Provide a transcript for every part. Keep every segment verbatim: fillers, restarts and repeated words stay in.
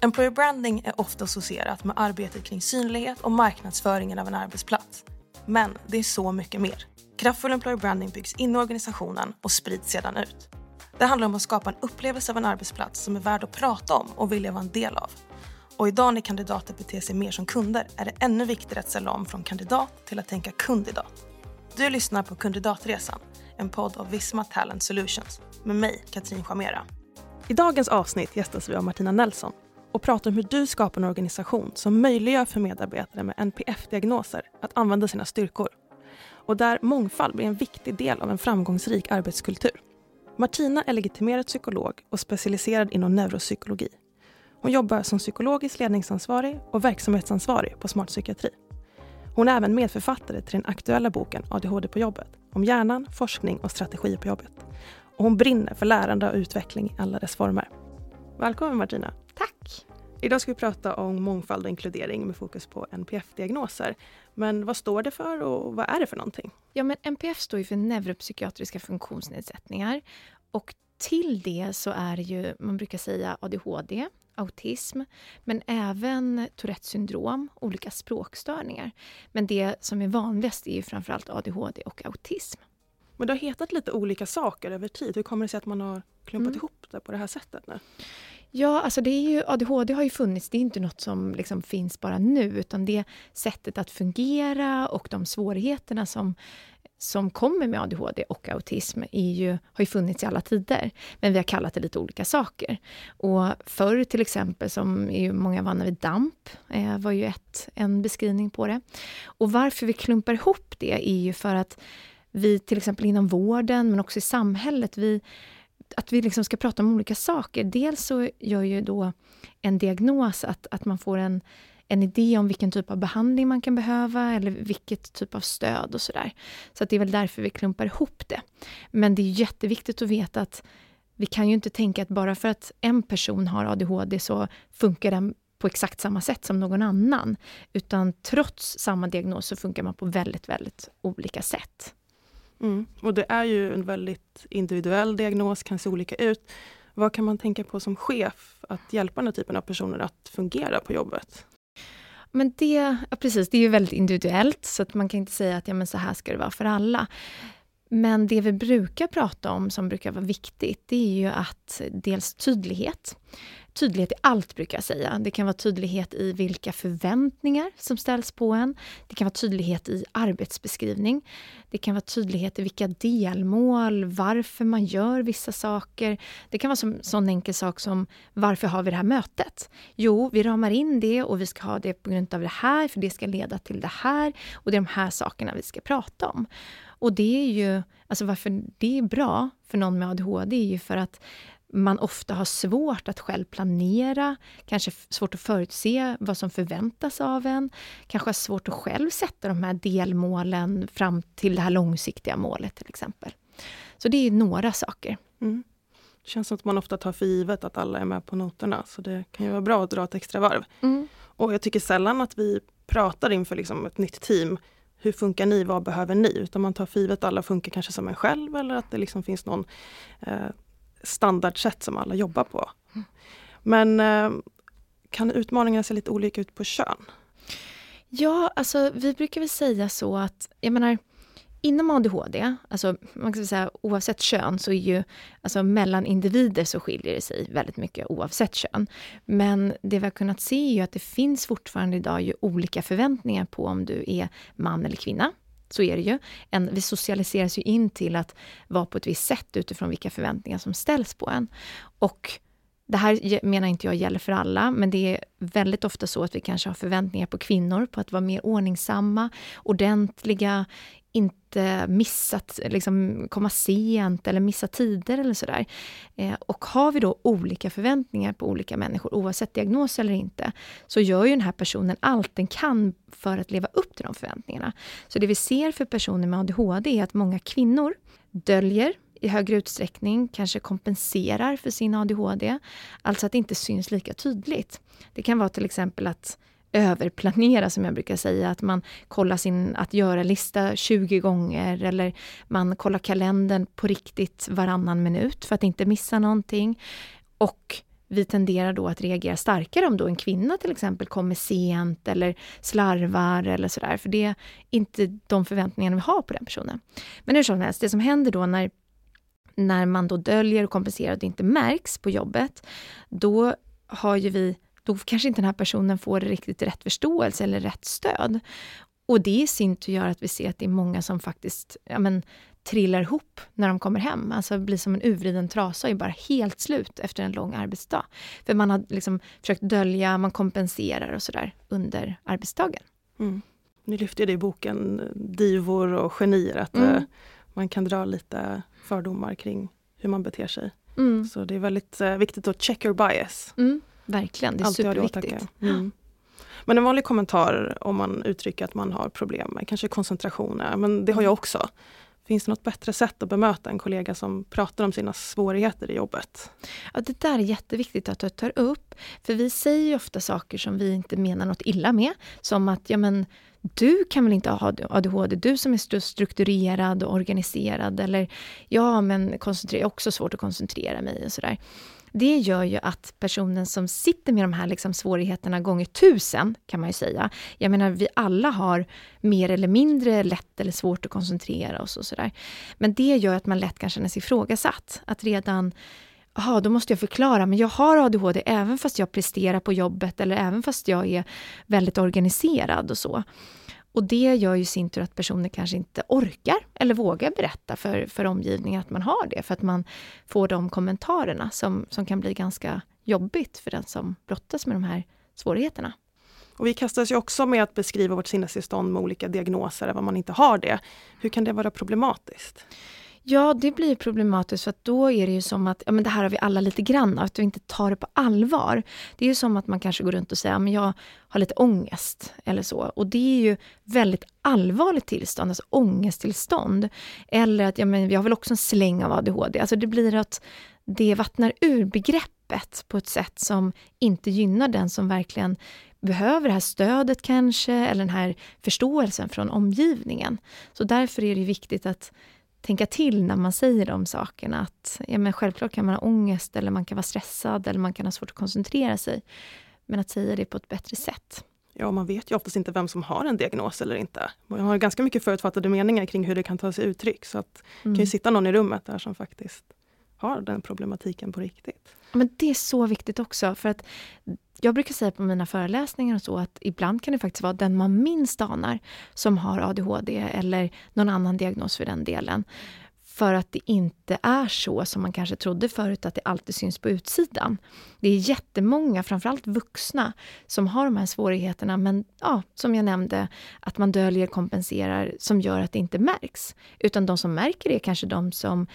Employer branding är ofta associerat med arbetet kring synlighet och marknadsföringen av en arbetsplats. Men det är så mycket mer. Kraftfull employer branding byggs in i organisationen och sprids sedan ut. Det handlar om att skapa en upplevelse av en arbetsplats som är värd att prata om och vilja vara en del av. Och idag när kandidater beter sig mer som kunder är det ännu viktigare att ställa om från kandidat till att tänka kundidat. Du lyssnar på Kandidatresan, en podd av Visma Talent Solutions med mig, Katrin Chamera. I dagens avsnitt gästas vi av Martina Nelson och pratar om hur du skapar en organisation som möjliggör för medarbetare med N P F-diagnoser att använda sina styrkor. Och där mångfald blir en viktig del av en framgångsrik arbetskultur. Martina är legitimerad psykolog och specialiserad inom neuropsykologi. Hon jobbar som psykologisk ledningsansvarig och verksamhetsansvarig på Smart Psykiatri. Hon är även medförfattare till den aktuella boken A D H D på jobbet om hjärnan, forskning och strategi på jobbet. Och hon brinner för lärande och utveckling i alla dess former. Välkommen Martina. Tack. Idag ska vi prata om mångfald och inkludering med fokus på N P F-diagnoser. Men vad står det för och vad är det för någonting? Ja, men N P F står ju för neuropsykiatriska funktionsnedsättningar. Och till det så är det ju, man brukar säga A D H D, autism, men även Tourettes syndrom, olika språkstörningar. Men det som är vanligast är ju framförallt A D H D och autism. Men det har hetat lite olika saker över tid. Hur kommer det sig att man har klumpat mm. ihop det på det här sättet nu? Ja, alltså det är ju, A D H D har ju funnits, det är inte något som liksom finns bara nu, utan det sättet att fungera och de svårigheterna som, som kommer med A D H D och autism är ju, har ju funnits i alla tider. Men vi har kallat det lite olika saker. Och förr till exempel, som är ju många vana vid DAMP, eh, var ju ett, en beskrivning på det. Och varför vi klumpar ihop det är ju för att vi till exempel inom vården men också i samhället, vi, att vi liksom ska prata om olika saker. Dels så gör ju då en diagnos att, att man får en, en idé om vilken typ av behandling man kan behöva eller vilket typ av stöd och sådär. Så att det är väl därför vi klumpar ihop det. Men det är jätteviktigt att veta att vi kan ju inte tänka att bara för att en person har A D H D så funkar den på exakt samma sätt som någon annan. Utan trots samma diagnos så funkar man på väldigt, väldigt olika sätt. Mm. Och det är ju en väldigt individuell diagnos, kan se olika ut. Vad kan man tänka på som chef att hjälpa den här typen av personer att fungera på jobbet? Men det, ja precis, det är ju väldigt individuellt så att man kan inte säga att ja, men så här ska det vara för alla. Men det vi brukar prata om som brukar vara viktigt, det är ju att dels tydlighet. Tydlighet i allt brukar jag säga. Det kan vara tydlighet i vilka förväntningar som ställs på en. Det kan vara tydlighet i arbetsbeskrivning. Det kan vara tydlighet i vilka delmål, varför man gör vissa saker. Det kan vara som sån enkel sak som varför har vi det här mötet? Jo, vi ramar in det och vi ska ha det på grund av det här för det ska leda till det här och det är de här sakerna vi ska prata om. Och det är ju, alltså varför det är bra för någon med A D H D är ju för att man ofta har svårt att själv planera, kanske svårt att förutse vad som förväntas av en, kanske har svårt att själv sätta de här delmålen fram till det här långsiktiga målet till exempel. Så det är några saker. Mm. Det känns som att man ofta tar för givet att alla är med på noterna, så det kan ju vara bra att dra ett extra varv. Mm. Och jag tycker sällan att vi pratar inför liksom ett nytt team. Hur funkar ni? Vad behöver ni? Utan man tar för givet att alla funkar kanske som en själv eller att det liksom finns någon eh, standardsätt som alla jobbar på. Mm. Men eh, kan utmaningarna se lite olika ut på kön? Ja, alltså vi brukar väl säga så att, jag menar, inom A D H D, alltså man kan säga oavsett kön så är ju, alltså mellan individer så skiljer det sig väldigt mycket oavsett kön. Men det vi har kunnat se är ju att det finns fortfarande idag ju olika förväntningar på om du är man eller kvinna. Så är det ju. En, vi socialiseras ju in till att vara på ett visst sätt utifrån vilka förväntningar som ställs på en. Och det här menar inte jag gäller för alla, men det är väldigt ofta så att vi kanske har förväntningar på kvinnor på att vara mer ordningsamma, ordentliga, inte missat, liksom komma sent eller missa tider eller sådär. Eh, och har vi då olika förväntningar på olika människor, oavsett diagnos eller inte, så gör ju den här personen allt den kan för att leva upp till de förväntningarna. Så det vi ser för personer med A D H D är att många kvinnor döljer i högre utsträckning, kanske kompenserar för sin A D H D. Alltså att det inte syns lika tydligt. Det kan vara till exempel att överplanera, som jag brukar säga, att man kollar sin att göra-lista tjugo gånger eller man kollar kalendern på riktigt varannan minut för att inte missa någonting. Och vi tenderar då att reagera starkare om då en kvinna till exempel kommer sent eller slarvar eller sådär. För det är inte de förväntningarna vi har på den personen. Men hur som helst, det som händer då när, när man då döljer och kompenserar och det inte märks på jobbet, då har ju vi, då kanske inte den här personen får riktigt rätt förståelse eller rätt stöd. Och det i sin tur gör att vi ser att det är många som faktiskt ja, men, trillar ihop när de kommer hem. Alltså blir som en uvriden trasa och är bara helt slut efter en lång arbetsdag. För man har liksom försökt dölja, man kompenserar och sådär under arbetsdagen. Mm. Ni lyfter det i boken divor och genier, att mm. eh, man kan dra lite fördomar kring hur man beter sig. Mm. Så det är väldigt eh, viktigt att check your bias. Mm. Verkligen, det är Alltid superviktigt. Mm. Men en vanlig kommentar om man uttrycker att man har problem med kanske koncentrationer, men det har jag också. Finns det något bättre sätt att bemöta en kollega som pratar om sina svårigheter i jobbet? Ja, det där är jätteviktigt att du tar upp. För vi säger ju ofta saker som vi inte menar något illa med. Som att, ja men, du kan väl inte ha A D H D? Du som är strukturerad och organiserad. Eller, ja men koncentrera, jag har också svårt att koncentrera mig och sådär. Det gör ju att personen som sitter med de här liksom svårigheterna gånger tusen, kan man ju säga. Jag menar, vi alla har mer eller mindre lätt eller svårt att koncentrera oss och sådär. Men det gör att man lätt kan känna sig ifrågasatt. Att redan, jaha, då måste jag förklara, men jag har A D H D även fast jag presterar på jobbet eller även fast jag är väldigt organiserad och så. Och det gör ju sin tur att personer kanske inte orkar eller vågar berätta för, för omgivningen att man har det. För att man får de kommentarerna som, som kan bli ganska jobbigt för den som brottas med de här svårigheterna. Och vi kastas ju också med att beskriva vårt sinnestillstånd med olika diagnoser, vad man inte har det. Hur kan det vara problematiskt? Ja, det blir problematiskt för att då är det ju som att ja, men det här har vi alla lite grann av, att vi inte tar det på allvar. Det är ju som att man kanske går runt och säger att jag har lite ångest eller så. Och det är ju väldigt allvarligt tillstånd, alltså ångesttillstånd. Eller att ja, men vi har väl också en släng av A D H D. Alltså det blir att det vattnar ur begreppet på ett sätt som inte gynnar den som verkligen behöver det här stödet kanske, eller den här förståelsen från omgivningen. Så därför är det viktigt att tänka till när man säger de sakerna. Att, ja, men självklart kan man ha ångest eller man kan vara stressad eller man kan ha svårt att koncentrera sig. Men att säga det på ett bättre sätt. Ja, man vet ju oftast inte vem som har en diagnos eller inte. Man har ganska mycket förutfattade meningar kring hur det kan ta sig uttryck. Så att det Mm. kan ju sitta någon i rummet där som faktiskt har den problematiken på riktigt. Men det är så viktigt också. För att jag brukar säga på mina föreläsningar och så att ibland kan det faktiskt vara den man minst anar som har A D H D eller någon annan diagnos för den delen. För att det inte är så som man kanske trodde förut, att det alltid syns på utsidan. Det är jättemånga, framförallt vuxna, som har de här svårigheterna. Men ja, som jag nämnde, att man döljer, kompenserar, som gör att det inte märks. Utan de som märker det är kanske de som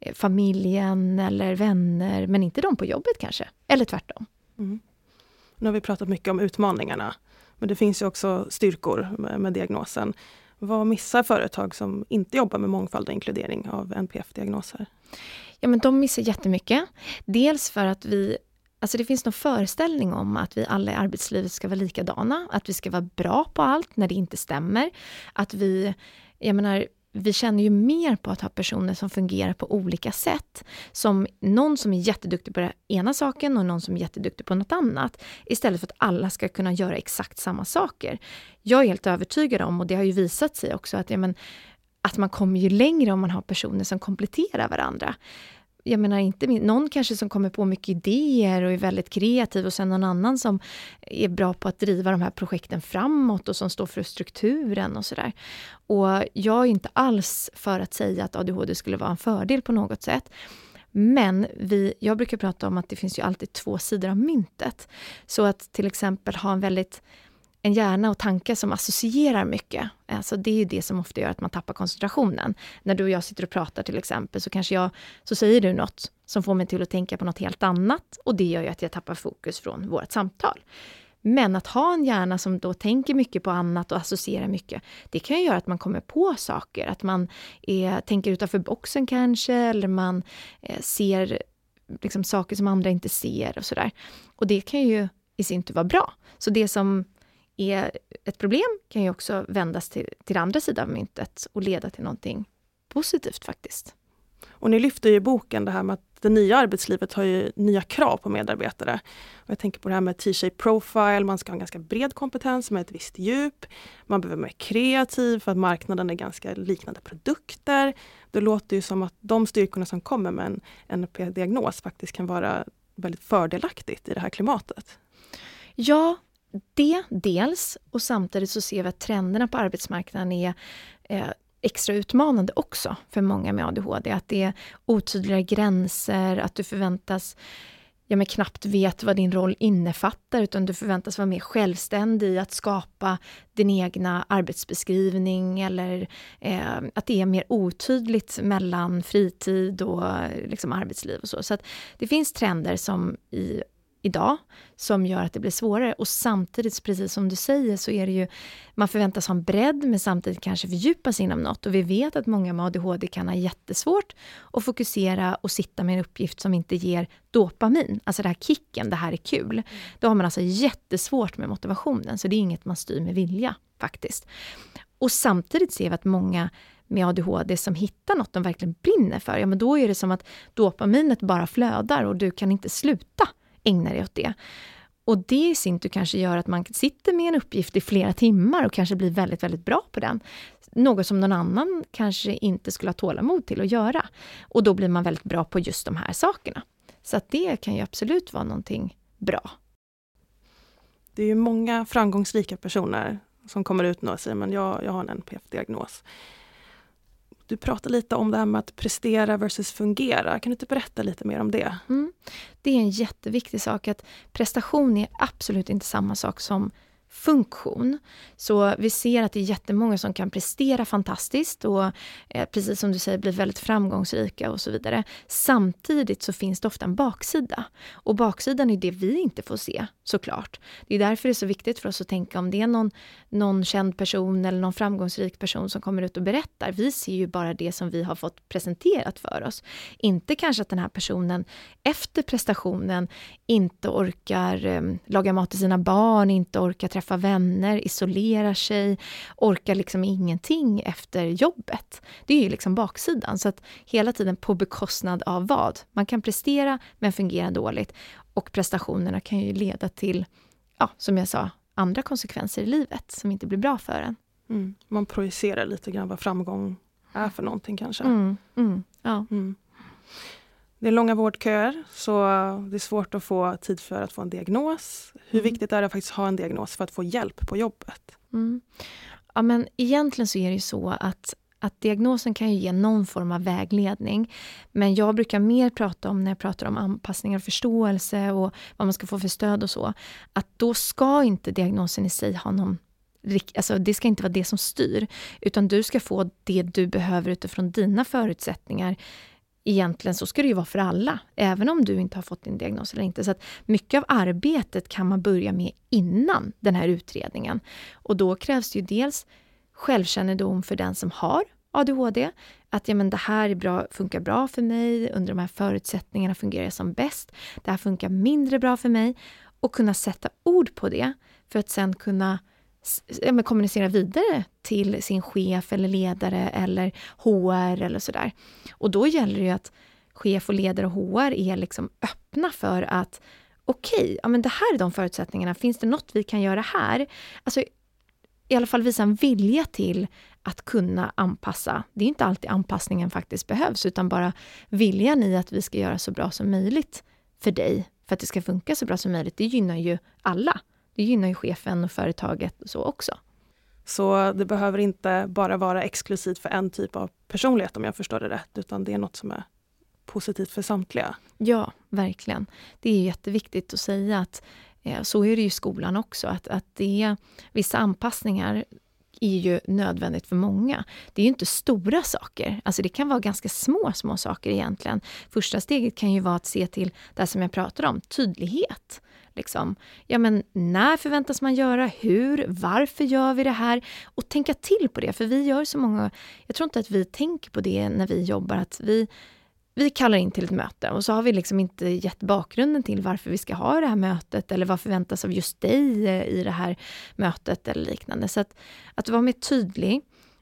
familjen eller vänner, men inte de på jobbet kanske. Eller tvärtom. Mm. Nu har vi pratat mycket om utmaningarna. Men det finns ju också styrkor med, med diagnosen. Vad missar företag som inte jobbar med mångfald och inkludering av N P F-diagnoser? Ja, men de missar jättemycket. Dels för att vi, alltså det finns någon föreställning om att vi alla i arbetslivet ska vara likadana. Att vi ska vara bra på allt när det inte stämmer. Att vi, jag menar, vi känner ju mer på att ha personer som fungerar på olika sätt. Som någon som är jätteduktig på den ena saken och någon som är jätteduktig på något annat. Istället för att alla ska kunna göra exakt samma saker. Jag är helt övertygad om, och det har ju visat sig också, att, ja, men, att man kommer ju längre om man har personer som kompletterar varandra. Jag menar inte, någon kanske som kommer på mycket idéer och är väldigt kreativ, och sen någon annan som är bra på att driva de här projekten framåt och som står för strukturen och sådär. Och jag är inte alls för att säga att A D H D skulle vara en fördel på något sätt. Men vi, jag brukar prata om att det finns ju alltid två sidor av myntet. Så att till exempel ha en väldigt en hjärna och tankar som associerar mycket. Alltså det är ju det som ofta gör att man tappar koncentrationen. När du och jag sitter och pratar till exempel, så kanske jag, så säger du något som får mig till att tänka på något helt annat. Och det gör ju att jag tappar fokus från vårt samtal. Men att ha en hjärna som då tänker mycket på annat och associerar mycket, det kan ju göra att man kommer på saker. Att man är, tänker utanför boxen kanske, eller man eh, ser liksom saker som andra inte ser och sådär. Och det kan ju i sin tur vara bra. Så det som är ett problem kan ju också vändas till, till andra sidan av myntet och leda till någonting positivt faktiskt. Och ni lyfter ju i boken det här med att det nya arbetslivet har ju nya krav på medarbetare. Och jag tänker på det här med T-shape profile, man ska ha en ganska bred kompetens med ett visst djup. Man behöver vara kreativ för att marknaden är ganska liknande produkter. Det låter ju som att de styrkorna som kommer med en N P diagnos faktiskt kan vara väldigt fördelaktigt i det här klimatet. Ja, det dels, och samtidigt så ser vi att trenderna på arbetsmarknaden är eh, extra utmanande också för många med A D H D. Att det är otydliga gränser, att du förväntas, ja men knappt vet vad din roll innefattar, utan du förväntas vara mer självständig i att skapa din egna arbetsbeskrivning, eller eh, att det är mer otydligt mellan fritid och liksom arbetsliv och så. Så att det finns trender som i idag som gör att det blir svårare, och samtidigt, precis som du säger, så är det ju, man förväntas ha en bredd men samtidigt kanske fördjupa sig inom något, och vi vet att många med A D H D kan ha jättesvårt att fokusera och sitta med en uppgift som inte ger dopamin, alltså det här kicken, det här är kul. Mm. Då har man alltså jättesvårt med motivationen, så det är inget man styr med vilja faktiskt. Och samtidigt ser vi att många med A D H D som hittar något de verkligen brinner för, ja men då är det som att dopaminet bara flödar och du kan inte sluta ägna dig åt det. Och det i sin tur kanske gör att man sitter med en uppgift i flera timmar och kanske blir väldigt, väldigt bra på den. Något som någon annan kanske inte skulle ha tålamod till att göra. Och då blir man väldigt bra på just de här sakerna. Så att det kan ju absolut vara någonting bra. Det är ju många framgångsrika personer som kommer ut nu och säger men jag, jag har en N P F-diagnos. Du pratar lite om det här med att prestera versus fungera. Kan du inte berätta lite mer om det? Mm. Det är en jätteviktig sak, att prestation är absolut inte samma sak som funktion. Så vi ser att det är jättemånga som kan prestera fantastiskt och eh, precis som du säger bli väldigt framgångsrika och så vidare. Samtidigt så finns det ofta en baksida. Och baksidan är det vi inte får se, såklart. Det är därför det är så viktigt för oss att tänka om det är någon, någon känd person eller någon framgångsrik person som kommer ut och berättar. Vi ser ju bara det som vi har fått presenterat för oss. Inte kanske att den här personen efter prestationen inte orkar eh, laga mat till sina barn, inte orkar träffa vänner, isolerar sig, orkar liksom ingenting efter jobbet. Det är ju liksom baksidan, så att hela tiden på bekostnad av vad? Man kan prestera men fungera dåligt, och prestationerna kan ju leda till, ja, som jag sa, andra konsekvenser i livet som inte blir bra för en. Mm. Man projicerar lite grann vad framgång är för någonting kanske. Mm. Mm. Ja. Mm. Det är långa vårdköer, så det är svårt att få tid för att få en diagnos. Hur Mm. viktigt är det att faktiskt ha en diagnos för att få hjälp på jobbet? Mm. Ja, men egentligen så är det ju så att, att diagnosen kan ju ge någon form av vägledning. Men jag brukar mer prata om, när jag pratar om anpassning och förståelse och vad man ska få för stöd och så, att då ska inte diagnosen i sig ha någon, alltså det ska inte vara det som styr, utan du ska få det du behöver utifrån dina förutsättningar. Egentligen så ska det ju vara för alla, även om du inte har fått din diagnos eller inte. Så att mycket av arbetet kan man börja med innan den här utredningen. Och då krävs det ju dels självkännedom för den som har A D H D. Att ja, men det här är bra, funkar bra för mig, under de här förutsättningarna fungerar jag som bäst. Det här funkar mindre bra för mig. Och kunna sätta ord på det för att sen kunna ja, men kommunicera vidare till sin chef eller ledare eller H R eller sådär. Och då gäller det ju att chef och ledare och H R är liksom öppna för att okej, okay, ja men det här är de förutsättningarna. Finns det något vi kan göra här? Alltså i alla fall visa en vilja till att kunna anpassa. Det är inte alltid anpassningen faktiskt behövs, utan bara viljan i att vi ska göra så bra som möjligt för dig. För att det ska funka så bra som möjligt. Det gynnar ju alla. Det gynnar ju chefen och företaget och så också. Så det behöver inte bara vara exklusivt för en typ av personlighet, om jag förstår det rätt, utan det är något som är positivt för samtliga. Ja, verkligen. Det är jätteviktigt att säga att eh, så är det ju i skolan också. Att, att det är, vissa anpassningar är ju nödvändigt för många. Det är ju inte stora saker. Alltså det kan vara ganska små, små saker egentligen. Första steget kan ju vara att se till det som jag pratar om, tydlighet. Liksom. Ja, men när förväntas man göra? Hur? Varför gör vi det här? Och tänka till på det. För vi gör så många... Jag tror inte att vi tänker på det när vi jobbar. Att vi, vi kallar in till ett möte. Och så har vi liksom inte gett bakgrunden till varför vi ska ha det här mötet. Eller vad förväntas av just dig i det här mötet eller liknande. Så att, att vara mer tydlig.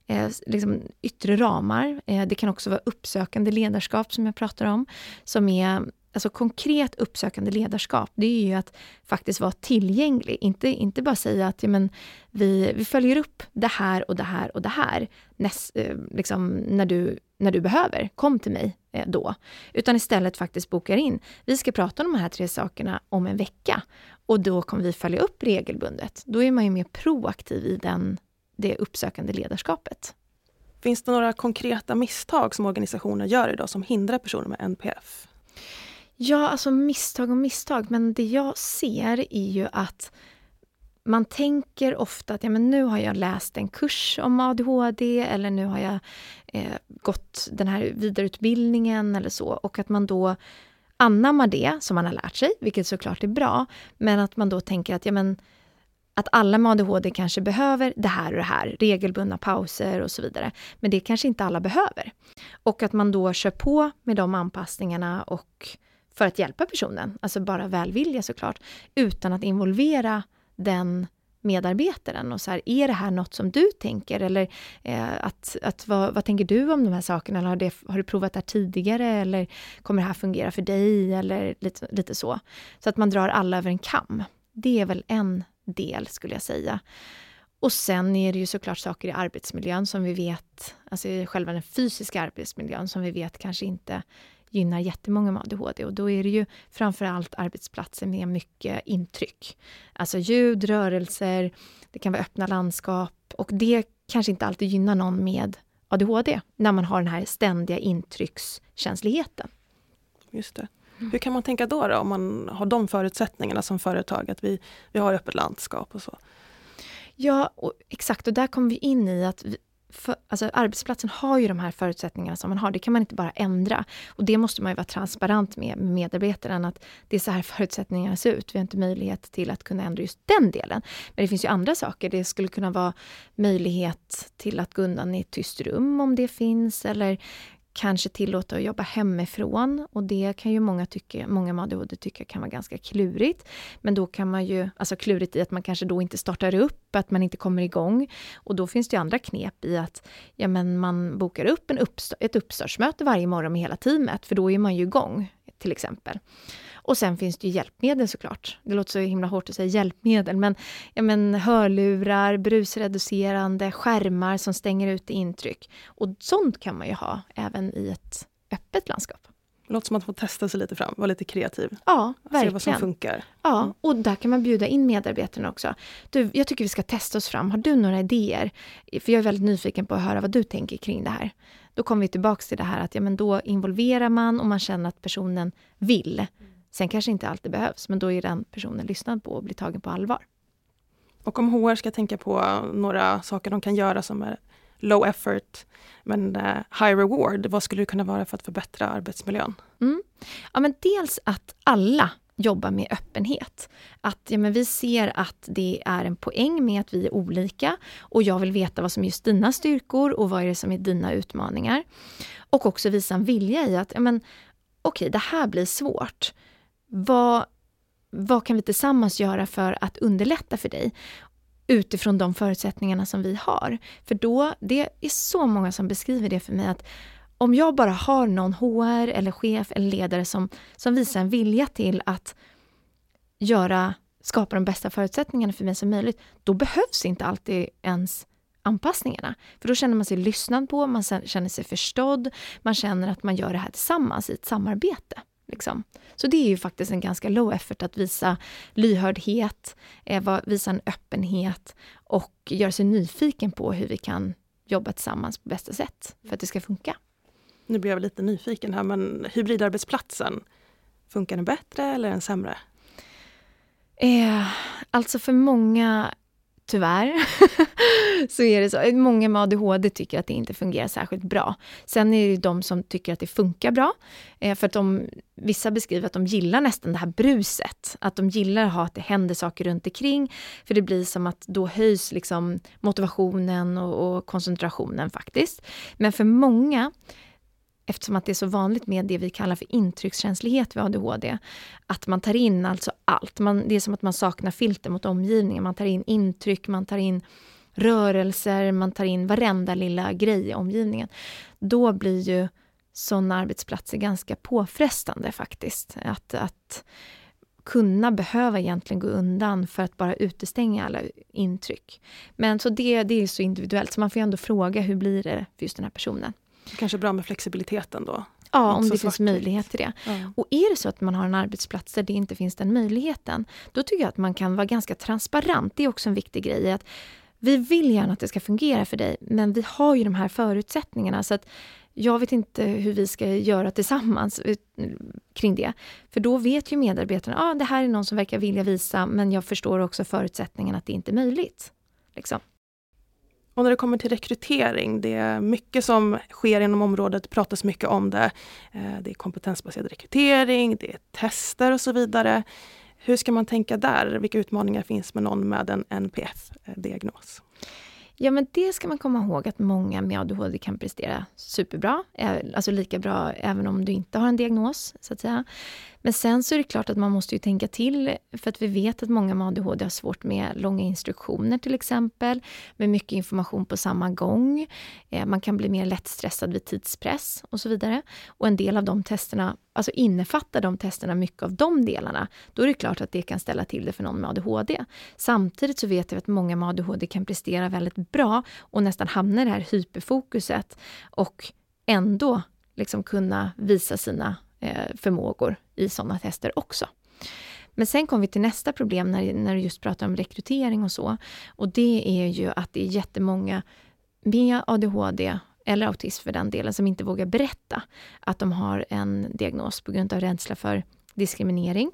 eh, liksom yttre ramar. Eh, det kan också vara uppsökande ledarskap som jag pratar om, som är alltså konkret uppsökande ledarskap. Det är ju att faktiskt vara tillgänglig. Inte, inte bara säga att ja, men vi, vi följer upp det här och det här och det här näst, eh, liksom, när, du, när du behöver. Kom till mig eh, då. Utan istället faktiskt bokar in. Vi ska prata om de här tre sakerna om en vecka. Och då kommer vi följa upp regelbundet. Då är man ju mer proaktiv i den, det uppsökande ledarskapet. Finns det några konkreta misstag som organisationer gör idag som hindrar personer med N P F? Ja, alltså misstag och misstag. Men det jag ser är ju att man tänker ofta att ja, men nu har jag läst en kurs om A D H D eller nu har jag eh, gått den här vidareutbildningen eller så. Och att man då anammar det som man har lärt sig, vilket såklart är bra. Men att man då tänker att, ja, men, att alla med A D H D kanske behöver det här och det här, regelbundna pauser och så vidare. Men det kanske inte alla behöver. Och att man då kör på med de anpassningarna och för att hjälpa personen, alltså bara välvilja såklart, utan att involvera den medarbetaren. Och så här, är det här något som du tänker? Eller eh, att, att, vad, vad tänker du om de här sakerna? Eller har, det, har du provat det här tidigare? Eller kommer det här fungera för dig? Eller lite, lite så. Så att man drar alla över en kam. Det är väl en del skulle jag säga. Och sen är det ju såklart saker i arbetsmiljön som vi vet, alltså i själva den fysiska arbetsmiljön som vi vet kanske inte gynnar jättemånga med A D H D. Och då är det ju framförallt arbetsplatser med mycket intryck. Alltså ljud, rörelser, det kan vara öppna landskap. Och det kanske inte alltid gynnar någon med A D H D när man har den här ständiga intryckskänsligheten. Just det. Mm. Hur kan man tänka då, då om man har de förutsättningarna som företag, att vi, vi har öppet landskap och så? Ja, och exakt. Och där kommer vi in i att vi, för, alltså arbetsplatsen har ju de här förutsättningarna som man har. Det kan man inte bara ändra. Och det måste man ju vara transparent med, med medarbetaren, att det är så här förutsättningarna ser ut. Vi har inte möjlighet till att kunna ändra just den delen. Men det finns ju andra saker. Det skulle kunna vara möjlighet till att gå undan i ett tyst rum om det finns, eller kanske tillåta att jobba hemifrån, och det kan ju många tycka, många med A D H D tycker kan vara ganska klurigt. Men då kan man ju, alltså klurigt i att man kanske då inte startar upp, att man inte kommer igång. Och då finns det ju andra knep i att ja, men man bokar upp en uppst- ett uppstartsmöte varje morgon med hela teamet, för då är man ju igång till exempel. Och sen finns det ju hjälpmedel såklart. Det låter så himla hårt att säga hjälpmedel, men, ja, men hörlurar, brusreducerande, skärmar som stänger ut intryck. Och sånt kan man ju ha även i ett öppet landskap. Det låter som att man får testa sig lite fram, vara lite kreativ. Ja, verkligen. Se vad som funkar. Ja, mm. och där kan man bjuda in medarbetarna också. Du, jag tycker vi ska testa oss fram. Har du några idéer? För jag är väldigt nyfiken på att höra vad du tänker kring det här. Då kommer vi tillbaka till det här att ja, men då involverar man och man känner att personen vill. Sen kanske inte alltid behövs, men då är den personen lyssnad på och blir tagen på allvar. Och om H R ska tänka på några saker de kan göra som är low effort men uh, high reward, vad skulle det kunna vara för att förbättra arbetsmiljön? Mm. Ja, men dels att alla jobbar med öppenhet. Att ja, men vi ser att det är en poäng med att vi är olika, och jag vill veta vad som är just dina styrkor och vad är det som är dina utmaningar. Och också visa en vilja i att ja, men, okej, det här blir svårt. Vad, vad kan vi tillsammans göra för att underlätta för dig utifrån de förutsättningarna som vi har? För då, det är så många som beskriver det för mig, att om jag bara har någon H R eller chef eller ledare som, som visar en vilja till att göra, skapa de bästa förutsättningarna för mig som möjligt, då behövs inte alltid ens anpassningarna. För då känner man sig lyssnad på, man känner sig förstådd, man känner att man gör det här tillsammans i ett samarbete. Liksom. Så det är ju faktiskt en ganska low effort att visa lyhördhet, eh, visa en öppenhet och göra sig nyfiken på hur vi kan jobba tillsammans på bästa sätt för att det ska funka. Nu blir jag lite nyfiken här, men hybridarbetsplatsen, funkar den bättre eller den sämre? Eh, alltså för många, tyvärr, så är det så. Många med A D H D tycker att det inte fungerar särskilt bra. Sen är det de som tycker att det funkar bra. Eh, för att de, vissa beskriver att de gillar nästan det här bruset. Att de gillar att ha att det händer saker runt omkring. För det blir som att då höjs liksom motivationen och, och koncentrationen faktiskt. Men för många, eftersom att det är så vanligt med det vi kallar för intryckskänslighet vid A D H D, att man tar in alltså allt. Man, det är som att man saknar filter mot omgivningen. Man tar in intryck, man tar in rörelser, man tar in varenda lilla grej i omgivningen. Då blir ju sådana arbetsplatser ganska påfrestande faktiskt. Att, att kunna behöva egentligen gå undan för att bara utestänga alla intryck. Men så det, det är så individuellt, så man får ju ändå fråga hur blir det för just den här personen. Kanske bra med flexibiliteten då? Ja, om det finns möjlighet till det. Ja. Och är det så att man har en arbetsplats där det inte finns den möjligheten, då tycker jag att man kan vara ganska transparent. Det är också en viktig grej, att vi vill gärna att det ska fungera för dig, men vi har ju de här förutsättningarna, så att jag vet inte hur vi ska göra tillsammans kring det. För då vet ju medarbetarna, ja ah, det här är någon som verkar vilja visa, men jag förstår också förutsättningen att det inte är möjligt. Liksom. Och när det kommer till rekrytering, det är mycket som sker inom området, pratas mycket om det. Det är kompetensbaserad rekrytering, det är tester och så vidare. Hur ska man tänka där? Vilka utmaningar finns med någon med en N P F-diagnos? Ja, men det ska man komma ihåg, att många med A D H D kan prestera superbra. Alltså lika bra även om du inte har en diagnos, så att säga. Men sen så är det klart att man måste ju tänka till, för att vi vet att många med A D H D har svårt med långa instruktioner till exempel, med mycket information på samma gång. Man kan bli mer lättstressad vid tidspress och så vidare. Och en del av de testerna, alltså innefattar de testerna mycket av de delarna, då är det klart att det kan ställa till det för någon med A D H D. Samtidigt så vet vi att många med A D H D kan prestera väldigt bra och nästan hamna i det här hyperfokuset och ändå liksom kunna visa sina förmågor i sådana tester också. Men sen kommer vi till nästa problem när, när du just pratar om rekrytering och så. Och det är ju att det är jättemånga med A D H D eller autism för den delen som inte vågar berätta att de har en diagnos på grund av rädsla för diskriminering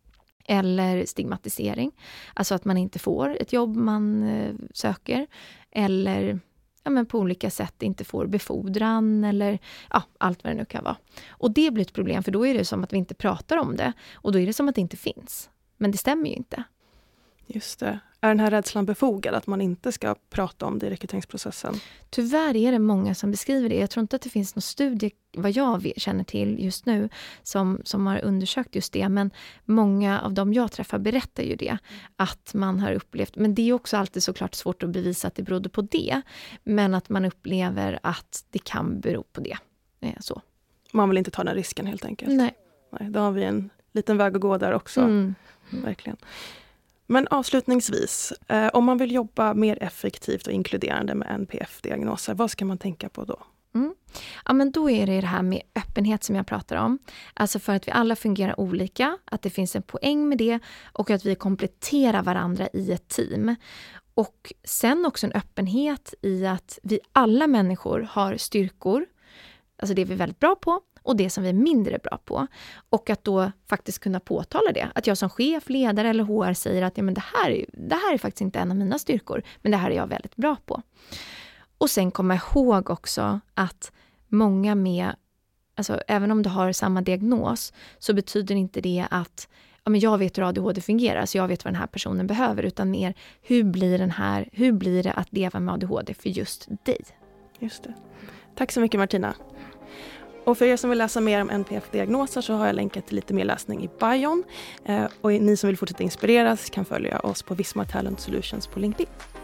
eller stigmatisering. Alltså att man inte får ett jobb man eh, söker, eller ja, men på olika sätt inte får befordran eller ja, allt vad det nu kan vara. Och det blir ett problem, för då är det som att vi inte pratar om det, och då är det som att det inte finns. Men det stämmer ju inte. Just det. Är den här rädslan befogad att man inte ska prata om det i rekryteringsprocessen? Tyvärr är det många som beskriver det. Jag tror inte att det finns någon studie, vad jag känner till just nu, som, som har undersökt just det. Men många av dem jag träffar berättar ju det. Att man har upplevt, men det är också alltid såklart svårt att bevisa att det berodde på det. Men att man upplever att det kan bero på det. Så. Man vill inte ta den risken helt enkelt. Nej. Nej, då har vi en liten väg att gå där också. Mm. Verkligen. Men avslutningsvis, eh, om man vill jobba mer effektivt och inkluderande med N P F-diagnoser, vad ska man tänka på då? Mm. Ja, men då är det det här med öppenhet som jag pratar om. Alltså för att vi alla fungerar olika, att det finns en poäng med det och att vi kompletterar varandra i ett team. Och sen också en öppenhet i att vi alla människor har styrkor, alltså det är vi väldigt bra på, och det som vi är mindre bra på. Och att då faktiskt kunna påtala det. Att jag som chef, ledare eller H R säger att ja, men det, här är, det här är faktiskt inte en av mina styrkor, men det här är jag väldigt bra på. Och sen komma ihåg också att många med, alltså även om du har samma diagnos, så betyder inte det att ja, men jag vet hur A D H D fungerar, så jag vet vad den här personen behöver, utan mer hur blir, den här, hur blir det att leva med A D H D för just dig? Just det. Tack så mycket, Martina. Och för er som vill läsa mer om N P F-diagnoser så har jag länkat till lite mer läsning i bion. Eh, och ni som vill fortsätta inspireras kan följa oss på Visma Talent Solutions på LinkedIn.